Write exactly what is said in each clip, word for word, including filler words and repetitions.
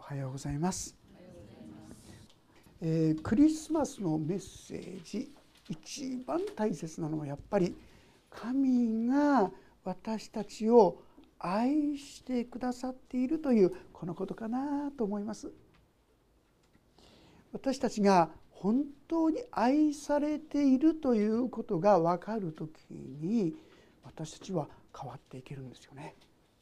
はようございます。えー、クリスマスのメッセージ、一番大切なのはやっぱり神が私たちを愛してくださっているというこのことかなと思います。私たちが本当に愛されているということが分かるときに私たちは変わっていけるんですよね。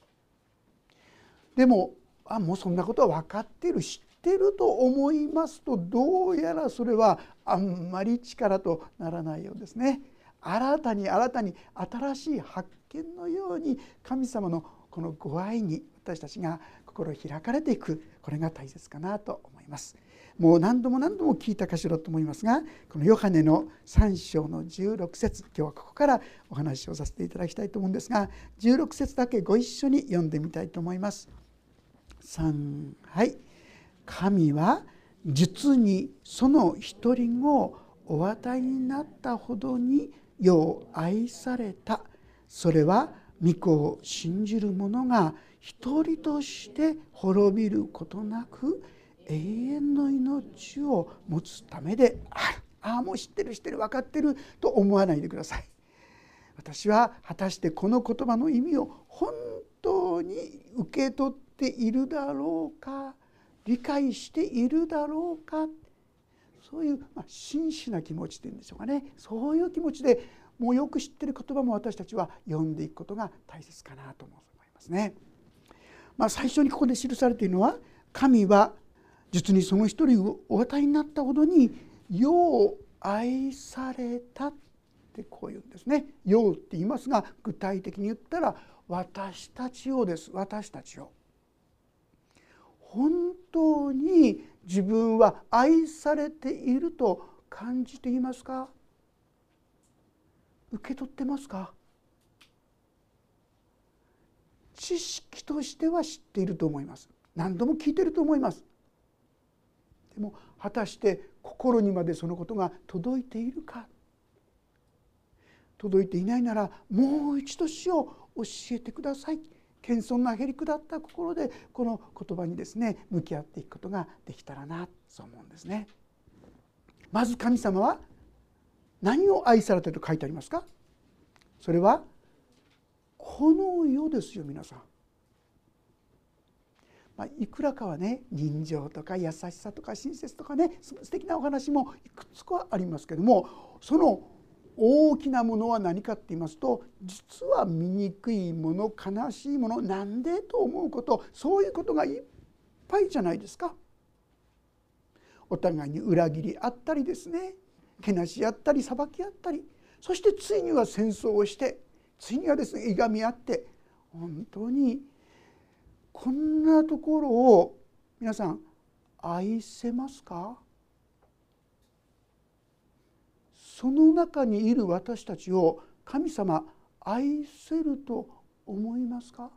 でもあもうそんなことは分かっている知っていると思いますと、どうやらそれはあんまり力とならないようですね。新たに新たに新しい発見のように神様のこのご愛に私たちが心を開かれていく、これが大切かなと思います。もう何度も何度も聞いた箇所だと思いますが、このヨハネのさん章のじゅうろく節、今日はここからお話をさせていただきたいと思うんですが、じゅうろく節だけご一緒に読んでみたいと思います。さん、はい。神は実にその一人子をお与えになったほどに世を愛された。それは御子を信じる者が一人として滅びることなく永遠の命を持つためである。ああもう知ってる知ってる分かってると思わないでください。私は果たしてこの言葉の意味を本当に受け取っているだろうか、理解しているだろうか、そういう、まあ、真摯な気持ちというんでしょうかね、そういう気持ちでもうよく知っている言葉も私たちは読んでいくことが大切かなと思いますね。まあ、最初にここで記されているのは、神は実にその一人をお与えになったほどに世を愛されたってこう言うんですね。世って言いますが、具体的に言ったら私たちをです。私たちを本当に自分は愛されていると感じていますか？受け取ってますか？知識としては知っていると思います。何度も聞いていると思います。でも果たして心にまでそのことが届いているか。届いていないならもう一度主を教えてください。謙遜なへりくだった心でこの言葉にですね向き合っていくことができたらなと思うんですね。まず神様は何を愛されていると書いてありますか？それはこの世ですよ。皆さん、まあ、いくらかはね人情とか優しさとか親切とかね素敵なお話もいくつかありますけども、その大きなものは何かって言いますと、実は醜いもの、悲しいもの、なんでと思うこと、そういうことがいっぱいじゃないですか。お互いに裏切りあったりですね、けなしあったり裁きあったり、そしてついには戦争をして、ついにはですねいがみ合って、本当にこんなところを皆さん愛せますか？その中にいる私たちを神様愛せると思いますか？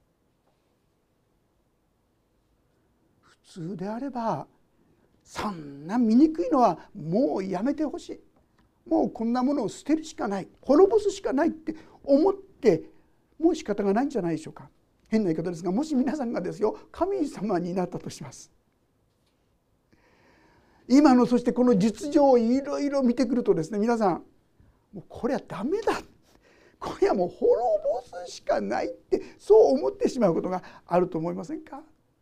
普通であればそんな醜いのはもうやめてほしい、もうこんなものを捨てるしかない、滅ぼすしかないって思ってもう仕方がないんじゃないでしょうか。変な言い方ですが、もし皆さんがですよ神様になったとします。今のそしてこの実情をいろいろ見てくるとですね、皆さんもうこれはダメだ、これはもう滅ぼすしかないってそう思ってしまうことがあると思いませんか？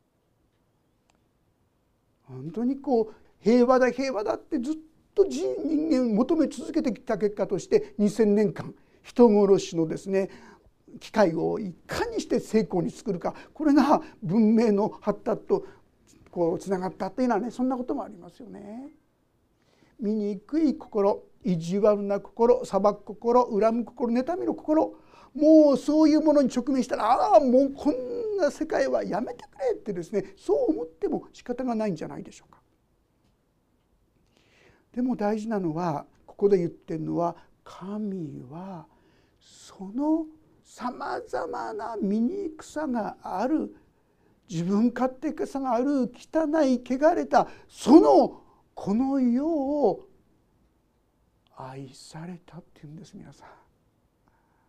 本当にこう平和だ平和だってずっと人間を求め続けてきた結果としてにせんねんかん人殺しのですね機械をいかにして成功に作るか、これが文明の発達とこうつながったというのはね、そんなこともありますよね。醜い心、意地悪な心、裁く心、恨む心、妬みの心、もうそういうものに直面したら、ああもうこんな世界はやめてくれってですね、そう思っても仕方がないんじゃないでしょうか。でも大事なのは、ここで言ってるのは、神はそのさまざまな醜さがある、自分勝手さがある汚い汚れたそのこの世を愛されたっていうんです。皆さん、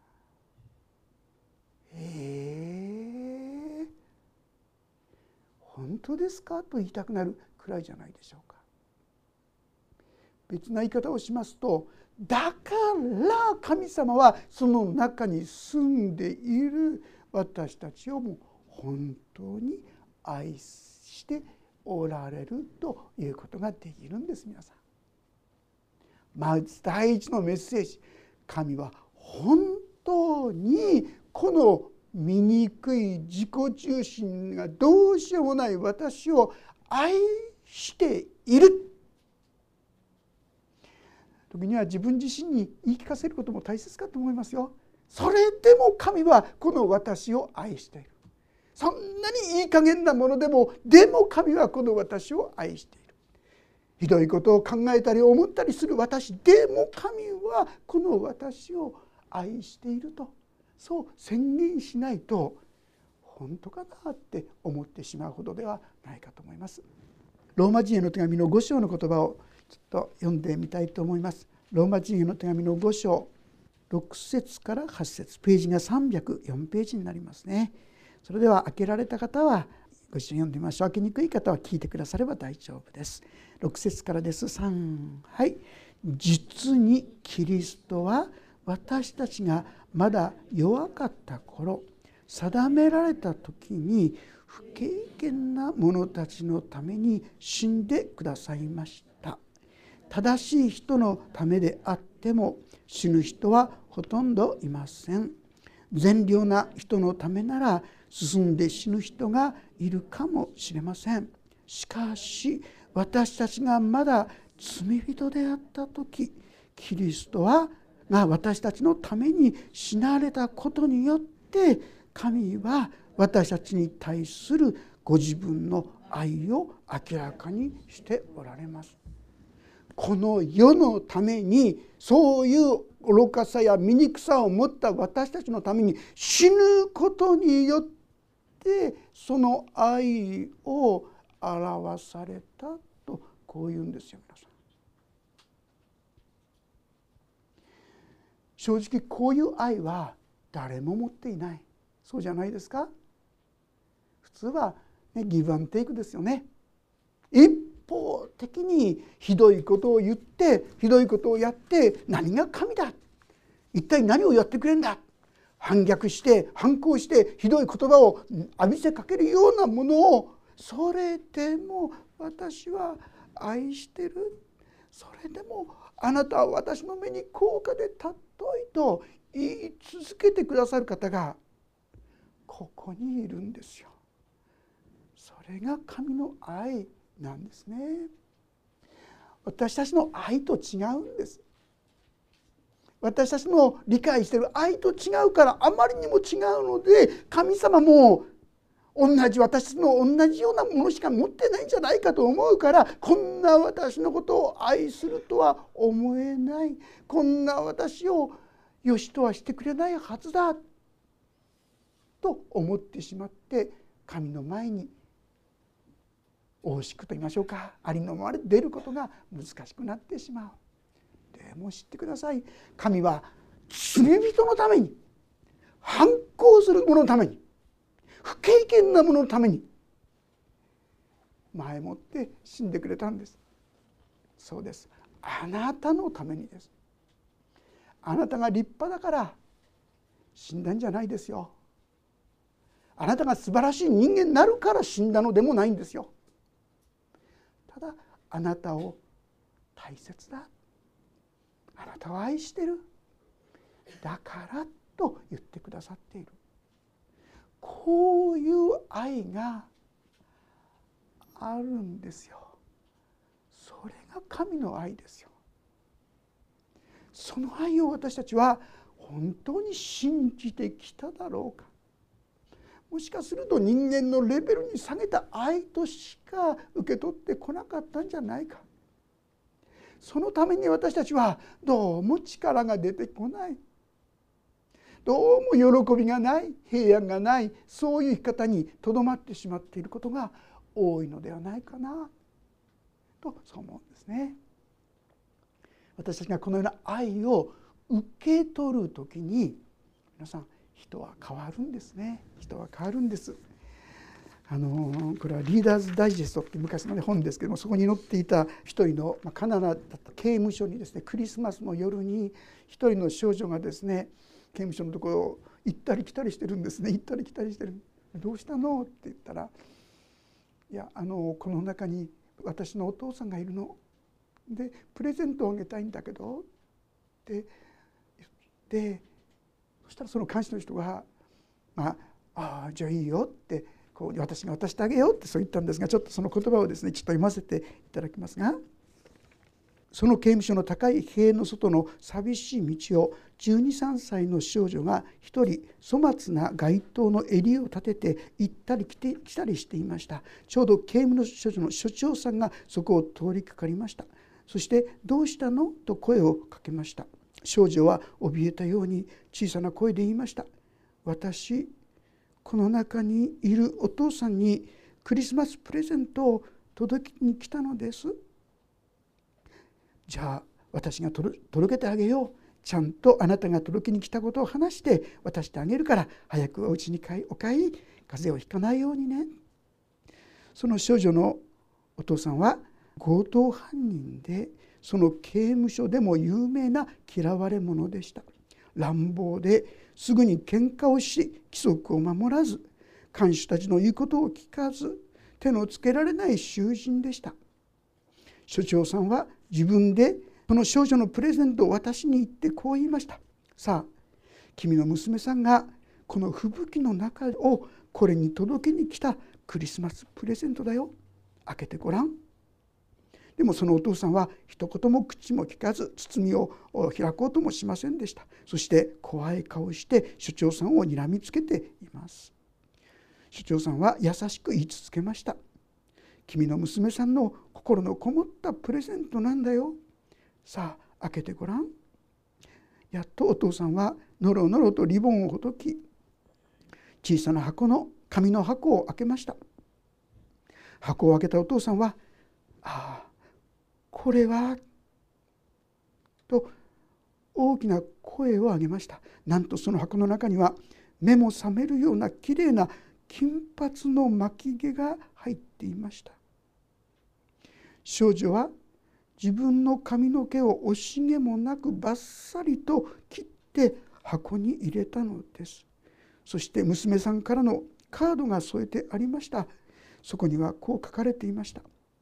えー、 本当ですかと言いたくなるくらいじゃないでしょうか。別な言い方をしますと、だから神様はその中に住んでいる私たちをも本当に愛しておられるということができるんです。皆さん、まず第一のメッセージ、神は本当にこの醜い自己中心がどうしようもない私を愛している。時には自分自身に言い聞かせることも大切かと思いますよ。それでも神はこの私を愛している。そんなにいい加減なものでも、でも神はこの私を愛している。ひどいことを考えたり思ったりする私でも神はこの私を愛していると、そう宣言しないと本当かなって思ってしまうほどではないかと思います。ローマ人への手紙のご章の言葉をちょっと読んでみたいと思います。ローマ人への手紙のご章ろく節からはち節、ページがさんびゃくよんページになりますね。それでは開けられた方はご一緒に読んでみましょう。開けにくい方は聞いてくだされば大丈夫です。ろく節からです。さん、はい。実にキリストは私たちがまだ弱かった頃、定められた時に不経験な者たちのために死んでくださいました。正しい人のためであっても死ぬ人はほとんどいません。善良な人のためなら進んで死ぬ人がいるかもしれません。しかし私たちがまだ罪人であった時、キリストはが私たちのために死なれたことによって、神は私たちに対するご自分の愛を明らかにしておられます。この世のために、そういう愚かさや醜さを持った私たちのために死ぬことによってその愛を表されたと、こう言うんですよ。皆さん、正直こういう愛は誰も持っていない。そうじゃないですか。普通は、ね、ギブアンドテイクですよね。一方的にひどいことを言ってひどいことをやって、何が神だ、一体何をやってくれるんだ、反逆して反抗してひどい言葉を浴びせかけるようなものを、それでも私は愛してる、それでもあなたは私の目に高価で尊いと言い続けてくださる方がここにいるんですよ。それが神の愛なんですね。私たちの愛と違うんです。私たちの理解している愛と違うから、あまりにも違うので、神様も同じ、私たちの同じようなものしか持ってないんじゃないかと思うから、こんな私のことを愛するとは思えない、こんな私をよしとはしてくれないはずだと思ってしまって、神の前に惜しくと言いましょうか、ありのままで出ることが難しくなってしまう。でも知ってください。神は罪人のために、反抗する者のために、不経験な者のために前もって死んでくれたんです。そうです。あなたのためにです。あなたが立派だから死んだんじゃないですよ。あなたが素晴らしい人間になるから死んだのでもないんですよ。ただあなたを大切だ、あなたを愛してる、だからと言ってくださっている。こういう愛があるんですよ。それが神の愛ですよ。その愛を私たちは本当に信じてきただろうか。もしかすると人間のレベルに下げた愛としか受け取ってこなかったんじゃないか。そのために私たちはどうも力が出てこない、どうも喜びがない、平安がない、そういう生き方にとどまってしまっていることが多いのではないかなと、そう思うんですね。私たちがこのような愛を受け取るときに、皆さん、人は変わるんですね。人は変わるんです。 あのこれはリーダーズダイジェストって昔の、ね、本ですけども、そこに載っていた一人の、まあ、カナダだった刑務所にですね、クリスマスの夜に一人の少女がですね、刑務所のところを行ったり来たりしてるんですね。行ったり来たりしてる。どうしたのって言ったら、いや、あのこの中に私のお父さんがいるので、プレゼントをあげたいんだけどってで、そしたらその監視の人が「まあ、ああじゃあいいよ」ってこう私が渡してあげようってそう言ったんですが、ちょっとその言葉をですねちょっと読ませていただきますが、その刑務所の高い塀の外の寂しい道をじゅうに、さんさいの少女が一人粗末な街灯の襟を立てて行ったり来て来たりしていました。ちょうど刑務所の所長さんがそこを通りかかりました。そして「どうしたの?」と声をかけました。少女は怯えたように小さな声で言いました。私、この中にいるお父さんにクリスマスプレゼントを届けに来たのです。じゃあ私が届けてあげよう。ちゃんとあなたが届けに来たことを話して渡してあげるから、早くお家にお帰り、風邪をひかないようにね。その少女のお父さんは強盗犯人で、その刑務所でも有名な嫌われ者でした。乱暴ですぐに喧嘩をし、規則を守らず、看守たちの言うことを聞かず、手のつけられない囚人でした。所長さんは自分でその少女のプレゼントを渡しに行ってこう言いました。さあ、君の娘さんがこの吹雪の中をこれに届けに来たクリスマスプレゼントだよ。開けてごらん。でもそのお父さんは一言も口も聞かず、包みを開こうともしませんでした。そして怖い顔して所長さんを睨みつけています。所長さんは優しく言い続けました。君の娘さんの心のこもったプレゼントなんだよ。さあ開けてごらん。やっとお父さんはのろのろとリボンをほどき、小さな箱の紙の箱を開けました。箱を開けたお父さんは、ああこれはと大きな声を上げました。なんとその箱の中には目も覚めるようなきれいな金髪の巻き毛が入っていました。少女は自分の髪の毛を惜しげもなくバッサリと切って箱に入れたのです。そして娘さんからのカードが添えてありました。そこにはこう書かれていました。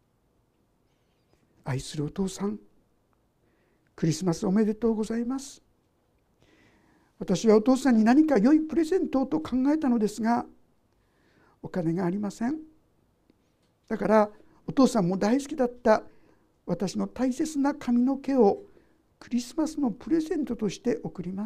愛するお父さん、クリスマスおめでとうございます。私はお父さんに何か良いプレゼントをと考えたのですが、お金がありません。だからお父さんも大好きだった私の大切な髪の毛をクリスマスのプレゼントとして贈ります。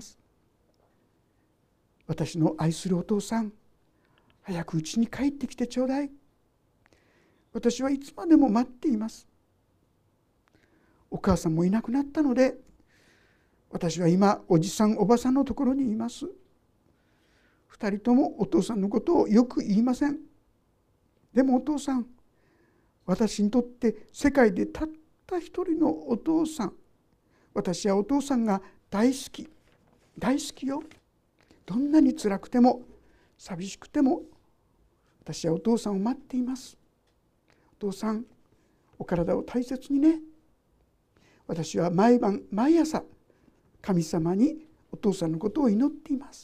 私の愛するお父さん、早く家に帰ってきてちょうだい。私はいつまでも待っています。お母さんもいなくなったので、私は今おじさんおばさんのところにいます。二人ともお父さんのことをよく言いません。でもお父さん、私にとって世界でたった一人のお父さん。私はお父さんが大好き、大好きよ。どんなに辛くても寂しくても、私はお父さんを待っています。お父さん、お体を大切にね。私は毎晩毎朝神様にお父さんのことを祈っています。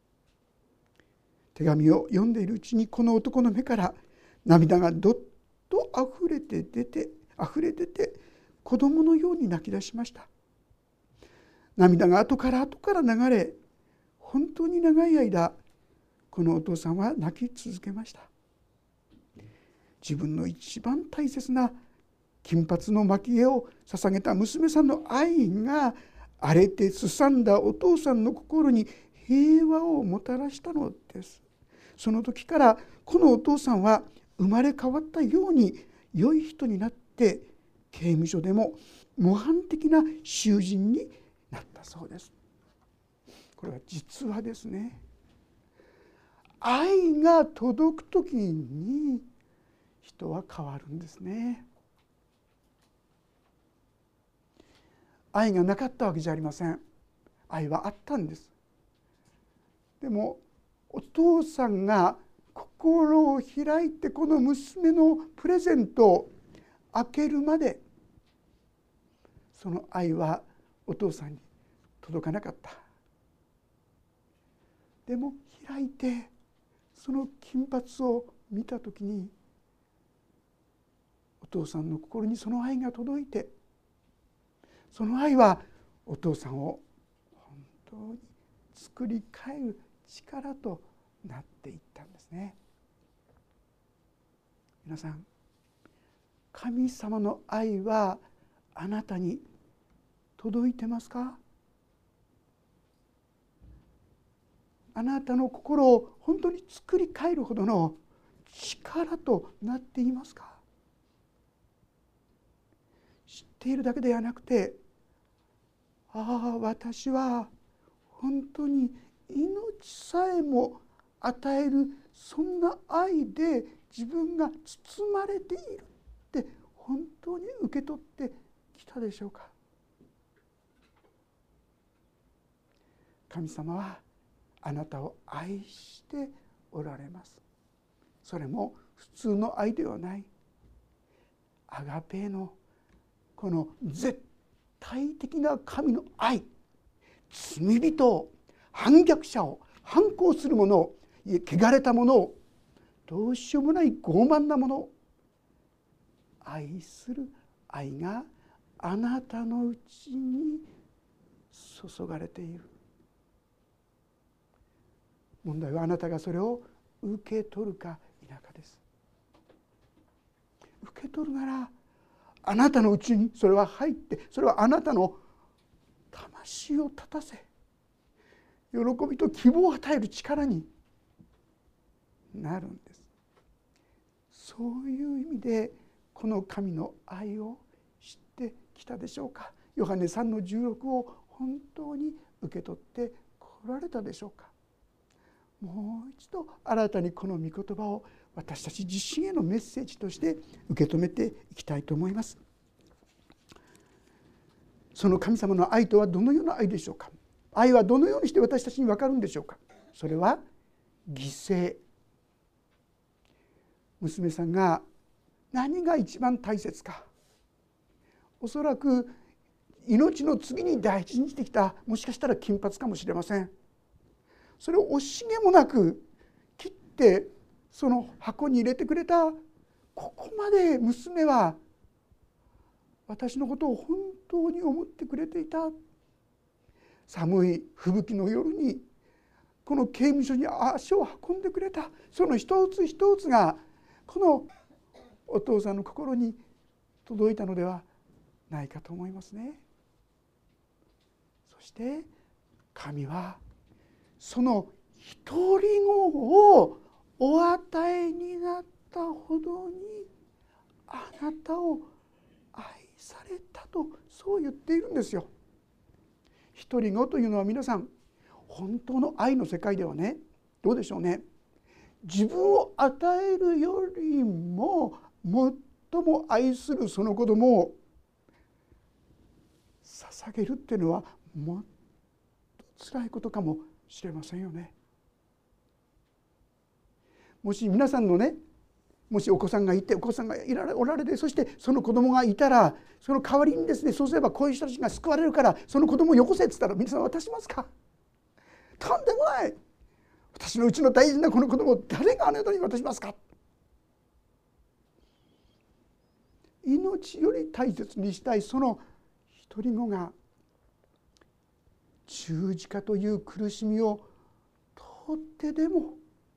手紙を読んでいるうちに、この男の目から涙がどっとあふれて出てあふれ出て子供のように泣き出しました。涙が後から後から流れ、本当に長い間このお父さんは泣き続けました。自分の一番大切な金髪の蒔絵を捧げた娘さんの愛が荒れてすさんだお父さんの心に平和をもたらしたのです。その時からこのお父さんは生まれ変わったように良い人になって、刑務所でも模範的な囚人になったそうです。これは実はですね、愛が届く時に人は変わるんですね。愛がなかったわけじゃありません。愛はあったんです。でもお父さんが心を開いてこの娘のプレゼントを開けるまで、その愛はお父さんに届かなかった。でも開いてその金髪を見た時に、お父さんの心にその愛が届いて、その愛はお父さんを本当に作り変える力となっていったんですね。皆さん、神様の愛はあなたに届いてますか？あなたの心を本当に作り変えるほどの力となっていますか？知っているだけではなくて、ああ、私は本当に命さえも与える、そんな愛で自分が包まれているって本当に受け取ってきたでしょうか？神様はあなたを愛しておられます。それも普通の愛ではない、アガペのこの絶対的な神の愛、罪人を、反逆者を、反抗する者を、汚れた者を、どうしようもない傲慢なものを愛する愛があなたのうちに注がれている。問題はあなたがそれを受け取るか否かです。受け取るなら、あなたのうちにそれは入って、それはあなたの魂を立たせ、喜びと希望を与える力になるんです。そういう意味でこの神の愛を知ってきたでしょうか？ヨハネさんのじゅうろくを本当に受け取ってこられたでしょうか？もう一度新たにこの御言葉を私たち自身へのメッセージとして受け止めていきたいと思います。その神様の愛とはどのような愛でしょうか？愛はどのようにして私たちに分かるんでしょうか？それは犠牲。娘さんが何が一番大切か、おそらく命の次に大事にしてきた、もしかしたら金髪かもしれません。それを惜しげもなく切ってその箱に入れてくれた、ここまで娘は私のことを本当に思ってくれていた。寒い吹雪の夜にこの刑務所に足を運んでくれた、その一つ一つがこのお父さんの心に届いたのではないかと思いますね。そして神はその独り子をお与えになったほどにあなたを愛されたと、そう言っているんですよ。独り子というのは皆さん、本当の愛の世界ではね、どうでしょうね、自分を与えるよりも最も愛するその子供を捧げるっていうのはもっと辛いことかもしれませんよね。もし皆さんのね、もしお子さんがいて、お子さんがいられおられて、そしてその子供がいたら、その代わりにですね、そうすればこういう人たちが救われるからその子供をよこせって言ったら、皆さん渡しますか？とんでもない。私のうちの大事なこの子供を誰があなたに渡しますか？命より大切にしたいその独り子が十字架という苦しみを通ってでも、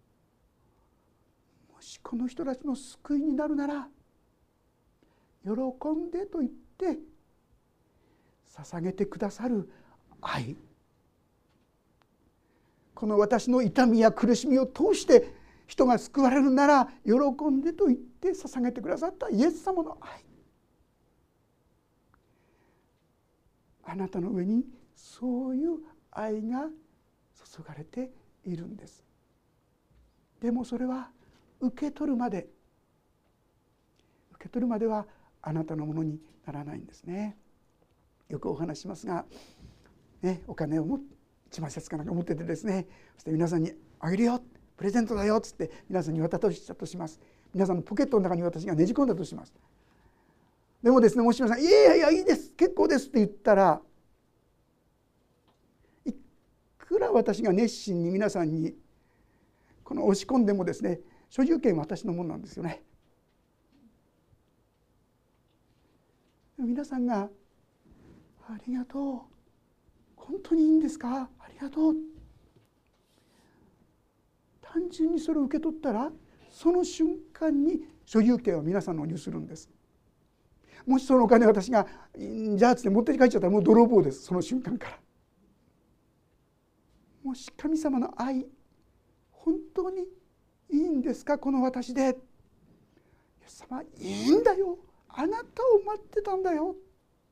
もしこの人たちの救いになるなら喜んでと言って捧げてくださる愛、この私の痛みや苦しみを通して人が救われるなら喜んでと言って捧げてくださったイエス様の愛、あなたの上にそういう愛が注がれているんです。でもそれは受け取るまで受け取るまではあなたのものにならないんですね。よくお話しますが、ね、お金をも一万冊かなんか持っててですね、そして皆さんにあげるよ、 プレゼントだよっつって皆さんに渡したとします。皆さんのポケットの中に私がねじ込んだとします。でもですね、もし皆さん「いやいやいいです結構です」って言ったら、いくら私が熱心に皆さんにこの押し込んでもですね、所有権は私のものなんですよね。でも皆さんが「ありがとう、本当にいいんですか、ありがとう」、単純にそれを受け取ったら、その瞬間に所有権は皆さんの有するんです。もしそのお金を私が「じゃあ」つって持って帰っちゃったらもう泥棒です。その瞬間から。もし神様の愛、本当にいいんですかこの私で。イエス様いいんだよ、あなたを待ってたんだよ、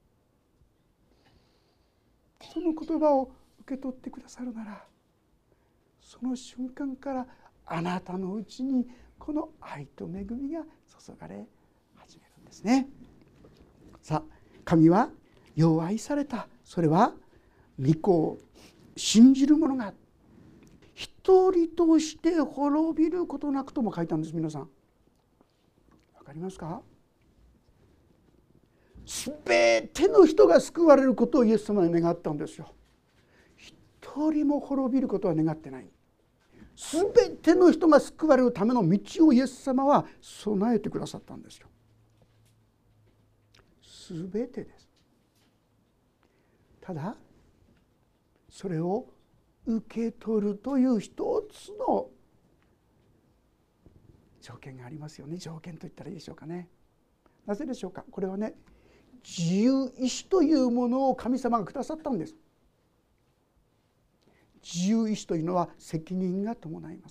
その言葉を受け取ってくださるなら、その瞬間からあなたのうちにこの愛と恵みが注がれ始めるんですね。さあ、神はよう愛された。それは御子を信じる者が一人として滅びることなくとも書いたんです。皆さんわかりますか？すべての人が救われることをイエス様は願ったんですよ。一人も滅びることは願ってない。すべての人が救われるための道をイエス様は備えてくださったんですよ。すべてです。ただそれを受け取るという一つの条件がありますよね。条件と言ったらいいでしょうかね。なぜでしょうか。これはね、自由意志というものを神様がくださったんです。自由意志というのは責任が伴います。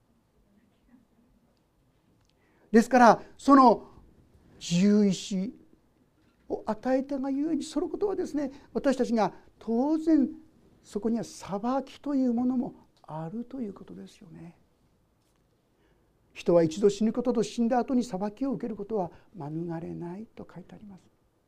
ですからその自由意志を与えたがゆえに、そのことはですね、私たちが当然そこには裁きというものもあるということですよね。人は一度死ぬことと死んだ後に裁きを受けることは免れないと書いてあります。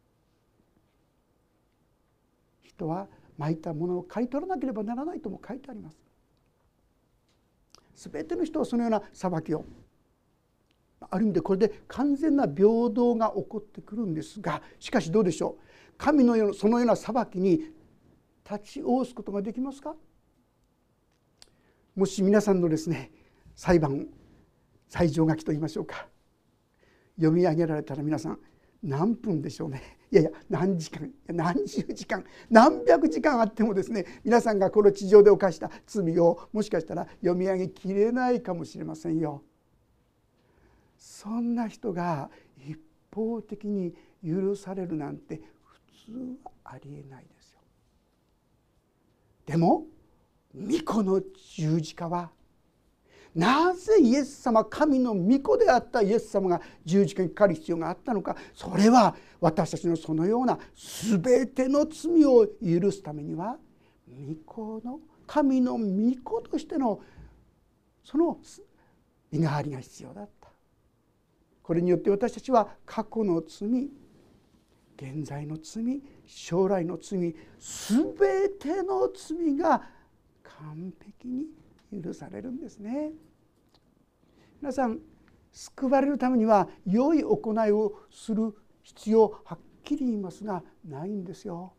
人はまいたものを刈り取らなければならないとも書いてあります。すべての人はそのような裁きを、ある意味でこれで完全な平等が起こってくるんですが、しかしどうでしょう。神のようなそのような裁きに立ち会すことができますか。もし皆さんのですね、裁判裁定書きといいましょうか、読み上げられたら皆さん何分でしょうね。いやいや何時間、何十時間、何百時間あってもですね、皆さんがこの地上で犯した罪をもしかしたら読み上げきれないかもしれませんよ。そんな人が一方的に許されるなんて普通はありえないですよ。でも御子の十字架は、なぜイエス様、神の御子であったイエス様が十字架にかかる必要があったのか。それは私たちのそのような全ての罪を許すためには、御子の神の御子としてのその身代わりが必要だった。これによって私たちは過去の罪、現在の罪、将来の罪、全ての罪が完璧に許されるんですね。皆さん、救われるためには良い行いをする必要、はっきり言いますがないんですよ。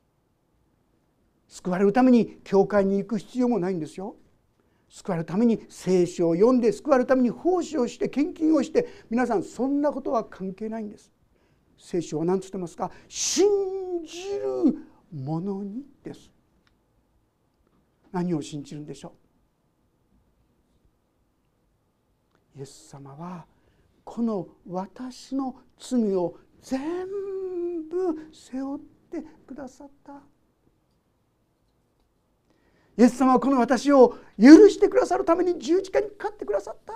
救われるために教会に行く必要もないんですよ。救われるために聖書を読んで、救われるために奉仕をして献金をして、皆さんそんなことは関係ないんです。聖書は何つってますか。信じる者にです。何を信じるんでしょう。イエス様はこの私の罪を全部背負ってくださった。イエス様はこの私を許してくださるために十字架にかかってくださった。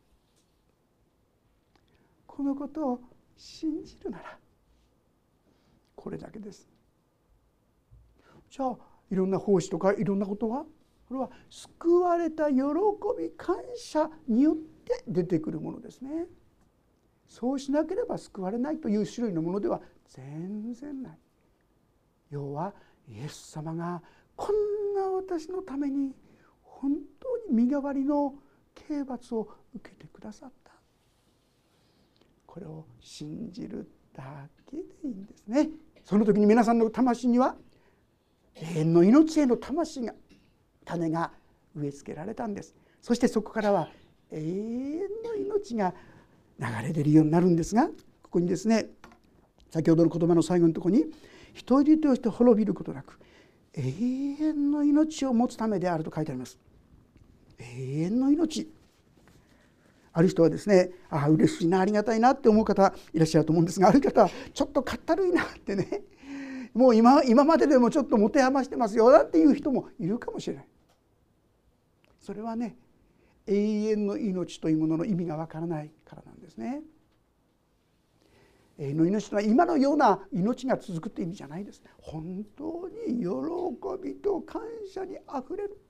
このことを信じるならこれだけです。じゃあいろんな奉仕とかいろんなことは、これは救われた喜び感謝によって出てくるものですね。そうしなければ救われないという種類のものでは全然ない。要はイエス様がこんな私のために本当に身代わりの刑罰を受けてくださった。これを信じるだけでいいんですね。その時に皆さんの魂には永遠の命への魂が種が植え付けられたんです。そしてそこからは永遠の命が流れ出るようになるんですが、ここにですね、先ほどの言葉の最後のところに人質として滅びることなく永遠の命を持つためであると書いてあります。永遠の命。ある人はですね、ああ嬉しいな、ありがたいなって思う方いらっしゃると思うんですが、ある方はちょっとかったるいなってね、もう 今, 今まででもちょっと持て余してますよなんていう人もいるかもしれない。それはね、永遠の命というものの意味がわからないからなんですね。永遠の命というのは今のような命が続くという意味じゃないです。本当に喜びと感謝にあふれる、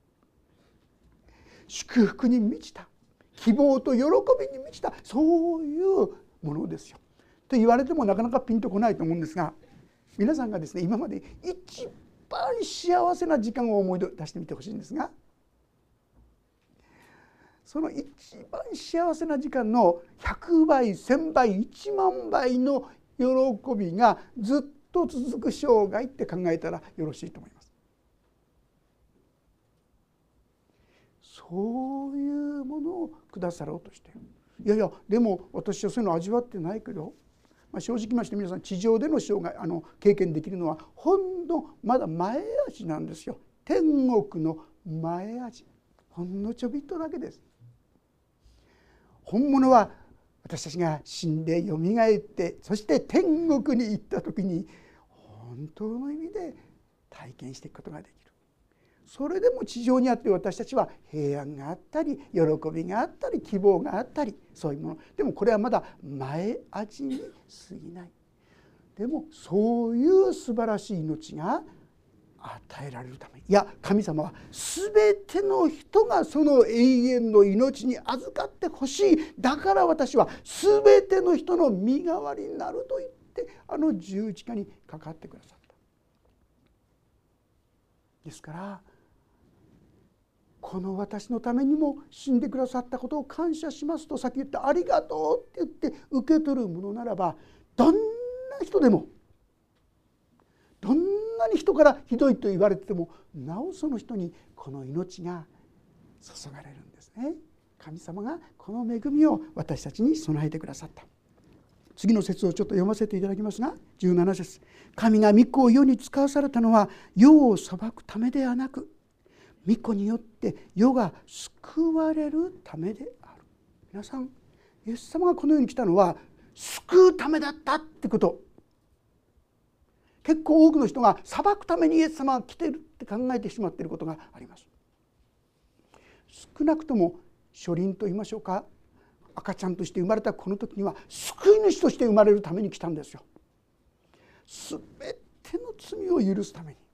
祝福に満ちた、希望と喜びに満ちた、そういうものですよ。と言われてもなかなかピンとこないと思うんですが、皆さんがですね、今まで一番幸せな時間を思い出してみてほしいんですが、その一番幸せな時間のひゃくばい、せんばい、いちまんばいの喜びがずっと続く生涯って考えたらよろしいと思います。そういうものをくださろうとしている。いやいや、でも私はそういうの味わってないけど、まあ、正直言いまして皆さん地上での生涯あの経験できるのはほんのまだ前味なんですよ。天国の前味、ほんのちょびっとだけです。本物は私たちが死んでよみがえって、そして天国に行った時に本当の意味で体験していくことができる。それでも地上にあって私たちは平安があったり喜びがあったり希望があったり、そういうものでもこれはまだ前味に過ぎない。でもそういう素晴らしい命が与えられるために、いや神様は全ての人がその永遠の命に預かってほしい、だから私は全ての人の身代わりになると言ってあの十字架にかかってくださった。ですからこの私のためにも死んでくださったことを感謝しますとさっき言ったありがとうって言って受け取るものならば、どんな人でもどんなに人からひどいと言われててもなおその人にこの命が注がれるんですね。神様がこの恵みを私たちに備えてくださった。次の節をちょっと読ませていただきますが、じゅうなな節、神が御子を世に使わされたのは世を裁くためではなく、御子によって世が救われるためである。皆さん、イエス様がこの世に来たのは救うためだったってこと。結構多くの人が裁くためにイエス様が来ているって考えてしまっていることがあります。少なくとも初臨と言いましょうか、赤ちゃんとして生まれたこの時には救い主として生まれるために来たんですよ。すべての罪を許すために。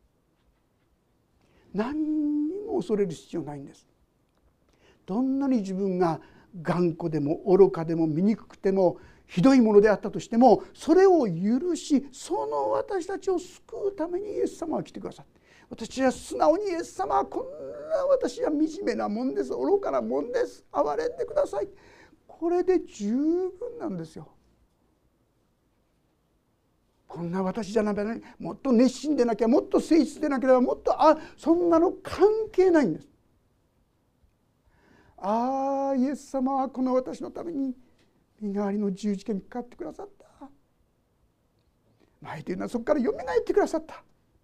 何にも恐れる必要ないんです。どんなに自分が頑固でも愚かでも醜くてもひどいものであったとしても、それを許し、その私たちを救うためにイエス様は来てくださって、私は素直にイエス様はこんな私は惨めなもんです、愚かなもんです、憐れんでください、これで十分なんですよ。こんな私じゃなきゃ、もっと熱心でなきゃ、もっと誠実でなければ、もっとあそんなの関係ないんです。ああイエス様はこの私のために身代わりの十字架にかかってくださった。前というのはそこからよみがえってくださった。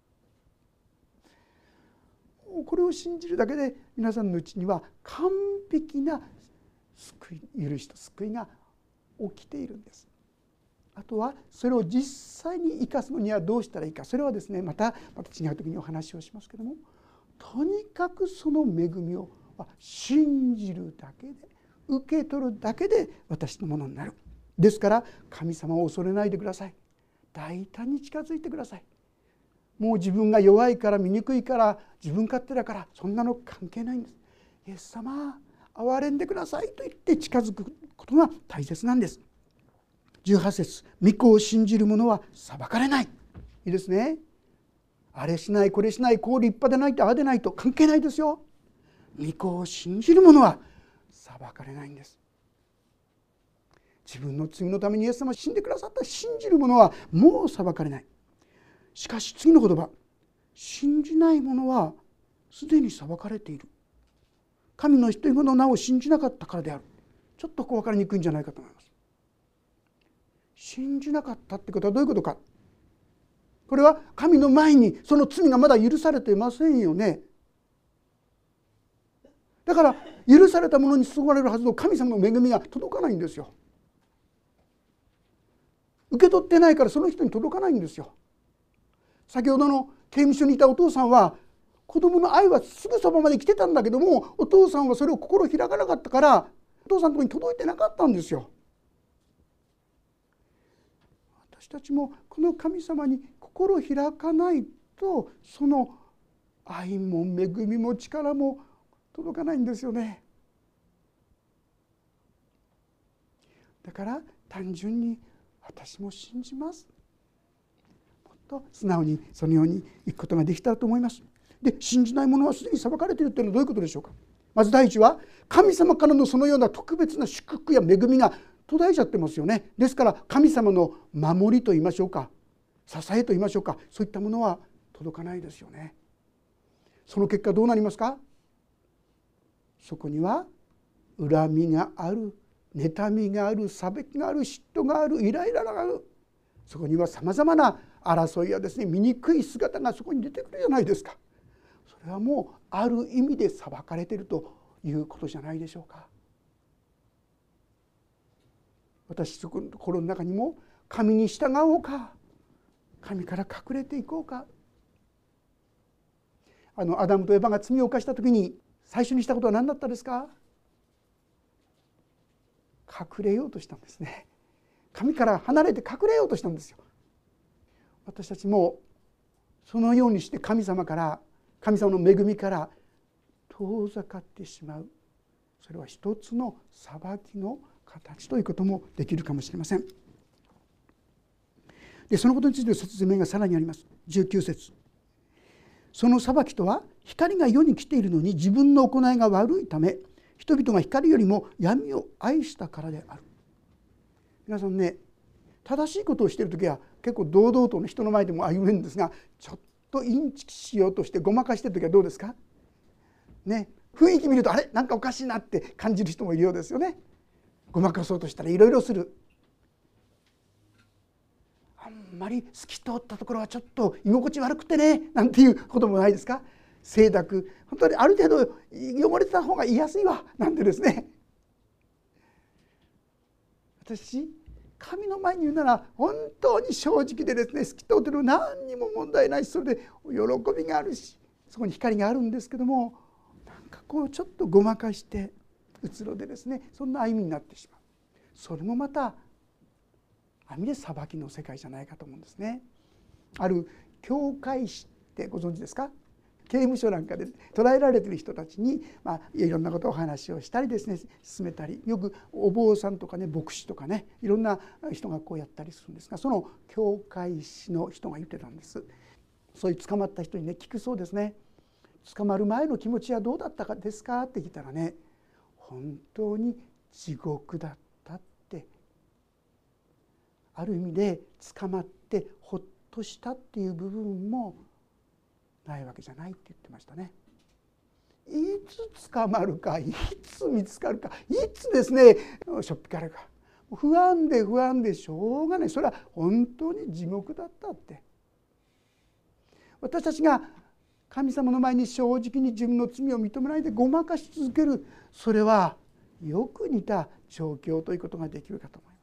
これを信じるだけで皆さんのうちには完璧な救い、許しと救いが起きているんです。あとはそれを実際に生かすのにはどうしたらいいか、それはですねまたまた違う時にお話をしますけども、とにかくその恵みを信じるだけで、受け取るだけで私のものになる。ですから神様を恐れないでください。大胆に近づいてください。もう自分が弱いから醜いから自分勝手だからそんなの関係ないんです。イエス様憐れんでくださいと言って近づくことが大切なんです。じゅうはち節、御子を信じる者は裁かれない。いいですね。あれしないこれしない、こう立派でないとああでないと関係ないですよ。御子を信じる者は裁かれないんです。自分の罪のためにイエス様が死んでくださった信じる者はもう裁かれない。しかし次の言葉、信じない者はすでに裁かれている。神の一人子の名を信じなかったからである。ちょっとこう分かりにくいんじゃないかと思います。信じなかったってことはどういうことか。これは神の前にその罪がまだ許されていませんよね。だから許されたものに注がれるはずの神様の恵みが届かないんですよ。受け取ってないからその人に届かないんですよ。先ほどの刑務所にいたお父さんは子供の愛はすぐそばまで来てたんだけども、お父さんはそれを心開かなかったからお父さんのところに届いてなかったんですよ。私たちもこの神様に心を開かないとその愛も恵みも力も届かないんですよね。だから単純に私も信じます、もっと素直にそのようにいくことができたらと思います。で、信じない者はすでに裁かれているというのはどういうことでしょうか。まず第一は神様からのそのような特別な祝福や恵みが途絶えちゃってますよね。ですから神様の守りと言いましょうか、支えと言いましょうか、そういったものは届かないですよね。その結果どうなりますか。そこには恨みがある、妬みがある、差別がある、嫉妬がある、イライラがある。そこにはさまざまな争いやですね、醜い姿がそこに出てくるじゃないですか。それはもうある意味で裁かれているということじゃないでしょうか。私の心の中にも神に従おうか、神から隠れていこうか。あのアダムとエバが罪を犯した時に最初にしたことは何だったですか。隠れようとしたんですね。神から離れて隠れようとしたんですよ。私たちもそのようにして神様から神様の恵みから遠ざかってしまう、それは一つの裁きの形ということもできるかもしれません。でそのことについて説明がさらにあります。じゅうきゅう節、その裁きとは光が世に来ているのに自分の行いが悪いため人々が光よりも闇を愛したからである。皆さんね、正しいことをしているときは結構堂々と人の前でも歩めるんですが、ちょっとインチキしようとしてごまかしているときはどうですかね。雰囲気見るとあれなんかおかしいなって感じる人もいるようですよね。ごまかそうとしたらいろいろする。あんまり透き通ったところはちょっと居心地悪くてねなんていうこともないですか。清濁、本当にある程度汚れてた方が言いやすいわなんてですね。私神の前に言うなら本当に正直でですね、透き通ってるの何にも問題ないし、それで喜びがあるしそこに光があるんですけども、なんかこうちょっとごまかしてうつろでですね、そんな歩みになってしまう。それもまたある意味で裁きの世界じゃないかと思うんですね。ある教会士ってご存知ですか。刑務所なんかで捕らえられている人たちに、まあ、いろんなことをお話をしたりですね進めたり、よくお坊さんとかね牧師とかねいろんな人がこうやったりするんですが、その教会士の人が言ってたんです。そういう捕まった人にね聞くそうですね。捕まる前の気持ちはどうだったかですかって聞いたらね、本当に地獄だったって、ある意味で捕まってほっとしたっていう部分もないわけじゃないって言ってましたね。いつ捕まるか、いつ見つかるか、いつですねしょっぴかれるか、不安で不安でしょうがない。それは本当に地獄だったって。私たちが神様の前に正直に自分の罪を認めないでごまかし続ける、それはよく似た状況ということができるかと思います。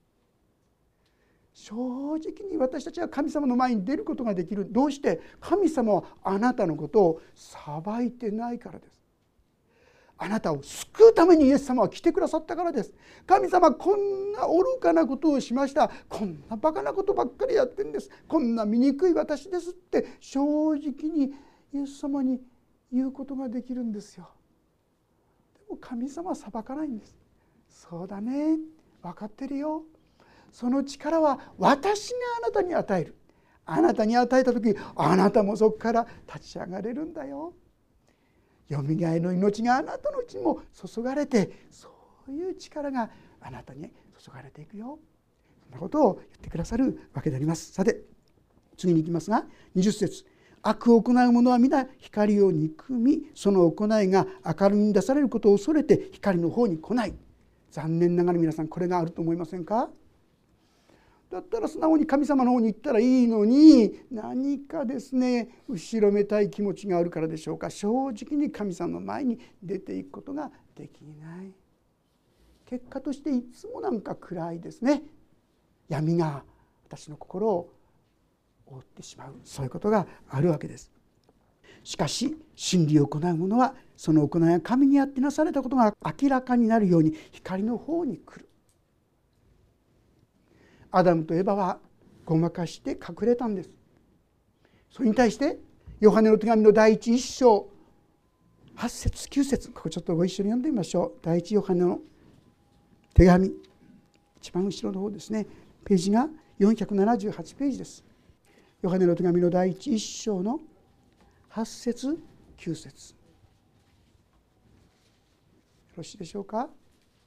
正直に私たちは神様の前に出ることができる。どうして？神様はあなたのことを裁いてないからです。あなたを救うためにイエス様は来てくださったからです。神様はこんな愚かなことをしました、こんなバカなことばっかりやってるんです、こんな醜い私ですって正直にイエス様に言うことができるんですよ。でも神様は裁かないんです。そうだね、分かってるよ、その力は私があなたに与える。あなたに与えた時、あなたもそこから立ち上がれるんだよ。 よみがえりの命があなたのうちにも注がれて、そういう力があなたに注がれていくよ、そんなことを言ってくださるわけであります。さて次に行きますが、にじゅっ節、悪を行う者は皆光を憎み、その行いが明るみに出されることを恐れて光の方に来ない。残念ながら皆さんこれがあると思いませんか？だったら素直に神様の方に行ったらいいのに、何かですね後ろめたい気持ちがあるからでしょうか、正直に神様の前に出ていくことができない。結果としていつもなんか暗いですね、闇が私の心を覆ってしまう、そういうことがあるわけです。しかし真理を行う者はその行いが神にあってなされたことが明らかになるように光の方に来る。アダムとエバはごまかして隠れたんです。それに対してヨハネの手紙の第一一章はち節きゅう節、ここちょっとご一緒に読んでみましょう。第一ヨハネの手紙、一番後ろの方ですね、ページがよんひゃくななじゅうはちページです。ヨハネの手紙の第一一章のはち節きゅう節、よろしいでしょうか。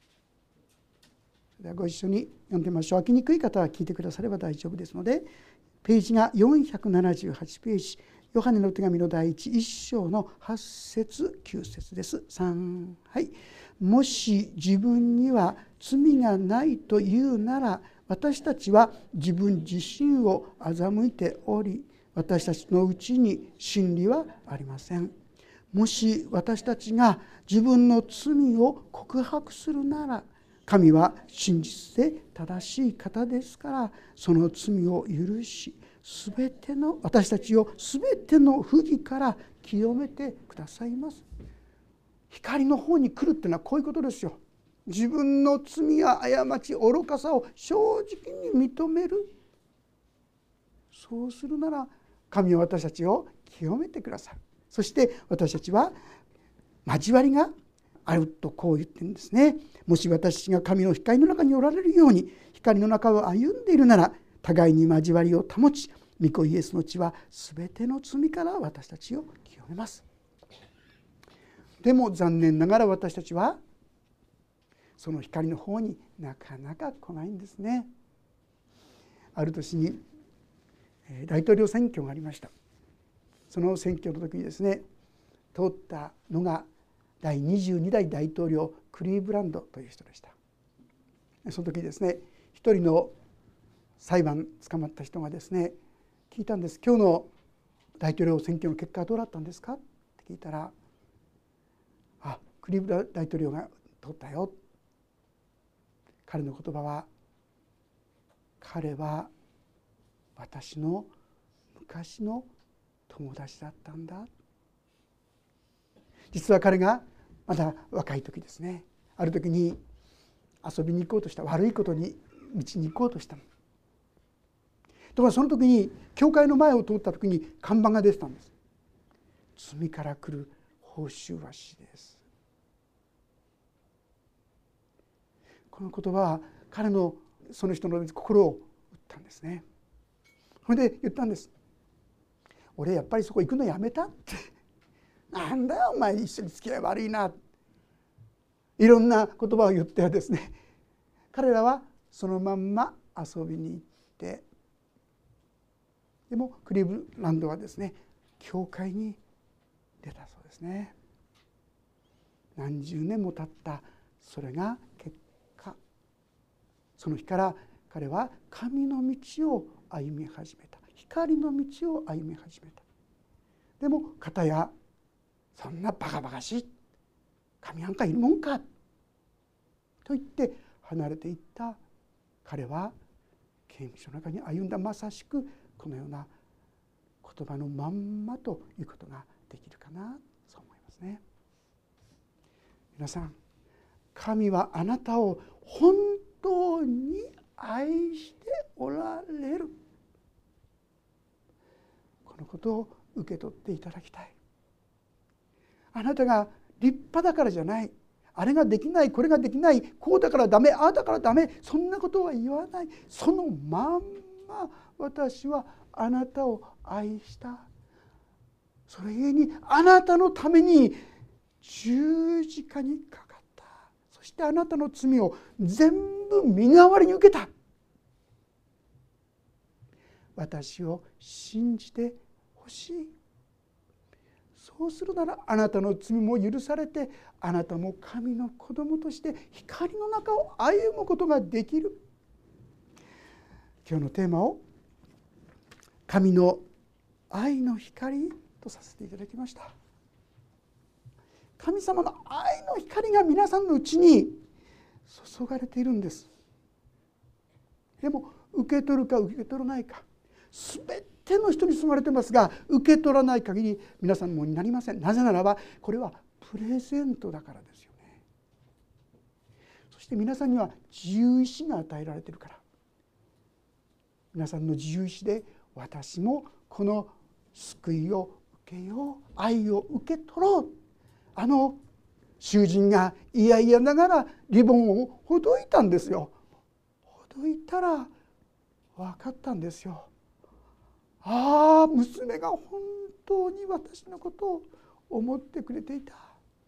ではご一緒に読んでみましょう。開きにくい方は聞いてくだされば大丈夫ですので、ページがよんひゃくななじゅうはちページ、ヨハネの手紙の第一一章のはち節きゅう節です。さん、はい。もし自分には罪がないというなら、私たちは自分自身を欺いており、私たちのうちに真理はありません。もし私たちが自分の罪を告白するなら、神は真実で正しい方ですから、その罪を許し、すべての私たちをすべての不義から清めてくださいます。光の方に来るっていうのはこういうことですよ。自分の罪や過ち、愚かさを正直に認める。そうするなら神は私たちを清めてくださる。そして私たちは交わりがあるとこう言ってるんですね。もし私たちが神の光の中におられるように光の中を歩んでいるなら、互いに交わりを保ち、御子イエスの血はすべての罪から私たちを清めます。でも残念ながら私たちはその光の方になかなか来ないんですね。ある年に大統領選挙がありました。その選挙の時にですね、通ったのがだいにじゅうにだい大統領クリーブランドという人でした。その時にですね、一人の裁判捕まった人がですね聞いたんです。今日の大統領選挙の結果はどうだったんですかって聞いたら、あ、クリーブランド大統領が通ったよ。彼の言葉は、彼は私の昔の友達だったんだ。実は彼がまだ若い時ですね、ある時に遊びに行こうとした、悪いことに道に行こうとしたの。ところがその時に教会の前を通った時に看板が出てたんです。罪から来る報酬は死です。この言葉は彼のその人の心を打ったんですね。それで言ったんです。俺やっぱりそこ行くのやめたって。なんだよお前、一緒に付き合い悪いな、いろんな言葉を言ってはですね、彼らはそのまんま遊びに行って、でもクリーブランドはですね教会に出たそうですね。何十年も経ったそれが結果、その日から彼は神の道を歩み始めた、光の道を歩み始めた。でも片やそんなバカバカしい神なんかいるもんかと言って離れていった彼は、刑務所の中に歩んだまさしくこのような言葉のまんまということができるかな、そう思いますね。皆さん、神はあなたを本当に愛しておられる、このことを受け取っていただきたい。あなたが立派だからじゃない、あれができない、これができない、こうだからダメ、ああだからダメ、そんなことは言わない。そのまんま私はあなたを愛した。それゆえにあなたのために十字架にかかった。そしてあなたの罪を全部身代わりに受けた。私を信じてほしい。そうするならあなたの罪も許されて、あなたも神の子供として光の中を歩むことができる。今日のテーマを神の愛の光とさせていただきました。神様の愛の光が皆さんのうちに注がれているんです。でも受け取るか受け取らないか、すべての人に注がれてますが、受け取らない限り皆さんもになりません。なぜならばこれはプレゼントだからですよね。そして皆さんには自由意志が与えられているから、皆さんの自由意志で私もこの救いを受けよう、愛を受け取ろう。あの囚人がいやいやながらリボンをほどいたんですよ。ほどいたら分かったんですよ。ああ、娘が本当に私のことを思ってくれていた。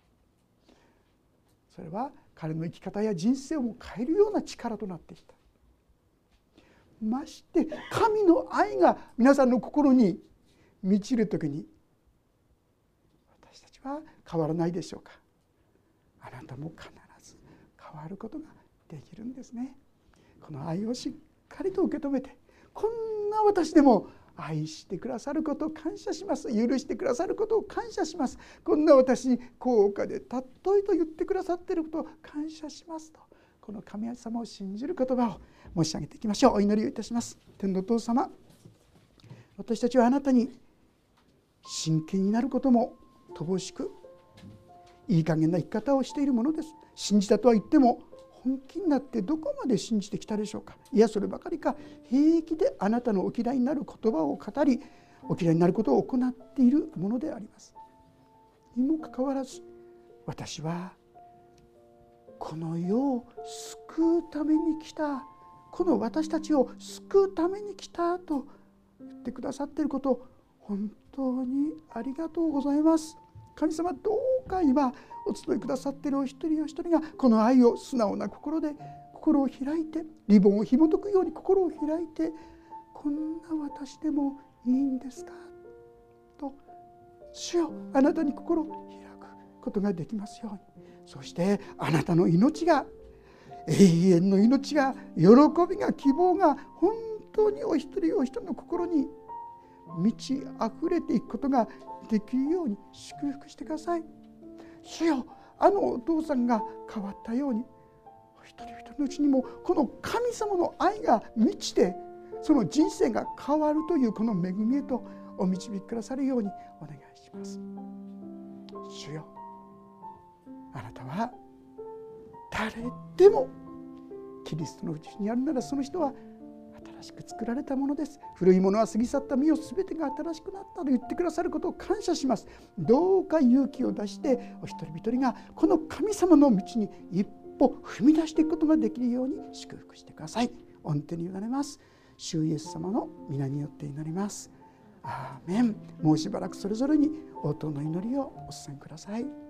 それは彼の生き方や人生を変えるような力となってきた。まして神の愛が皆さんの心に満ちるときに、私たちは変わらないでしょうか。あなたも必ず変わることができるんですね。この愛をしっかりと受け止めて、こんな私でも愛してくださることを感謝します。許してくださることを感謝します。こんな私に高価で尊いと言ってくださっていることを感謝しますと、この神様を信じる言葉を申し上げていきましょう。お祈りをいたします。天のお父様、私たちはあなたに真剣になることも乏しく、いい加減な生き方をしているものです。信じたとは言っても本気になってどこまで信じてきたでしょうか。いやそればかりか、平気であなたのお嫌いになる言葉を語り、お嫌いになることを行っているものであります。にもかかわらず、私はこの世を救うために来た、この私たちを救うために来たと言ってくださっていることを本当にありがとうございます。神様、どうか今お集いくださっているお一人お一人がこの愛を素直な心で心を開いて、リボンを紐解くように心を開いて、こんな私でもいいんですかと、主よ、あなたに心を開くことができますように。そしてあなたの命が、永遠の命が、喜びが、希望が本当にお一人お一人の心に満ち溢れていくことができるように祝福してください。主よ、あのお父さんが変わったように、お一人一人のうちにもこの神様の愛が満ちて、その人生が変わるというこの恵みへとお導きくださるようにお願いします。主よ、あなたは誰でもキリストのうちにあるなら、その人は新しく作られたものです。古いものは過ぎ去った、身をすべてが新しくなったと言ってくださることを感謝します。どうか勇気を出してお一人一人がこの神様の道に一歩踏み出していくことができるように祝福してください。御手に委ねます。主イエス様の皆によって祈ります。アーメン。もうしばらくそれぞれに応答の祈りをお捧げください。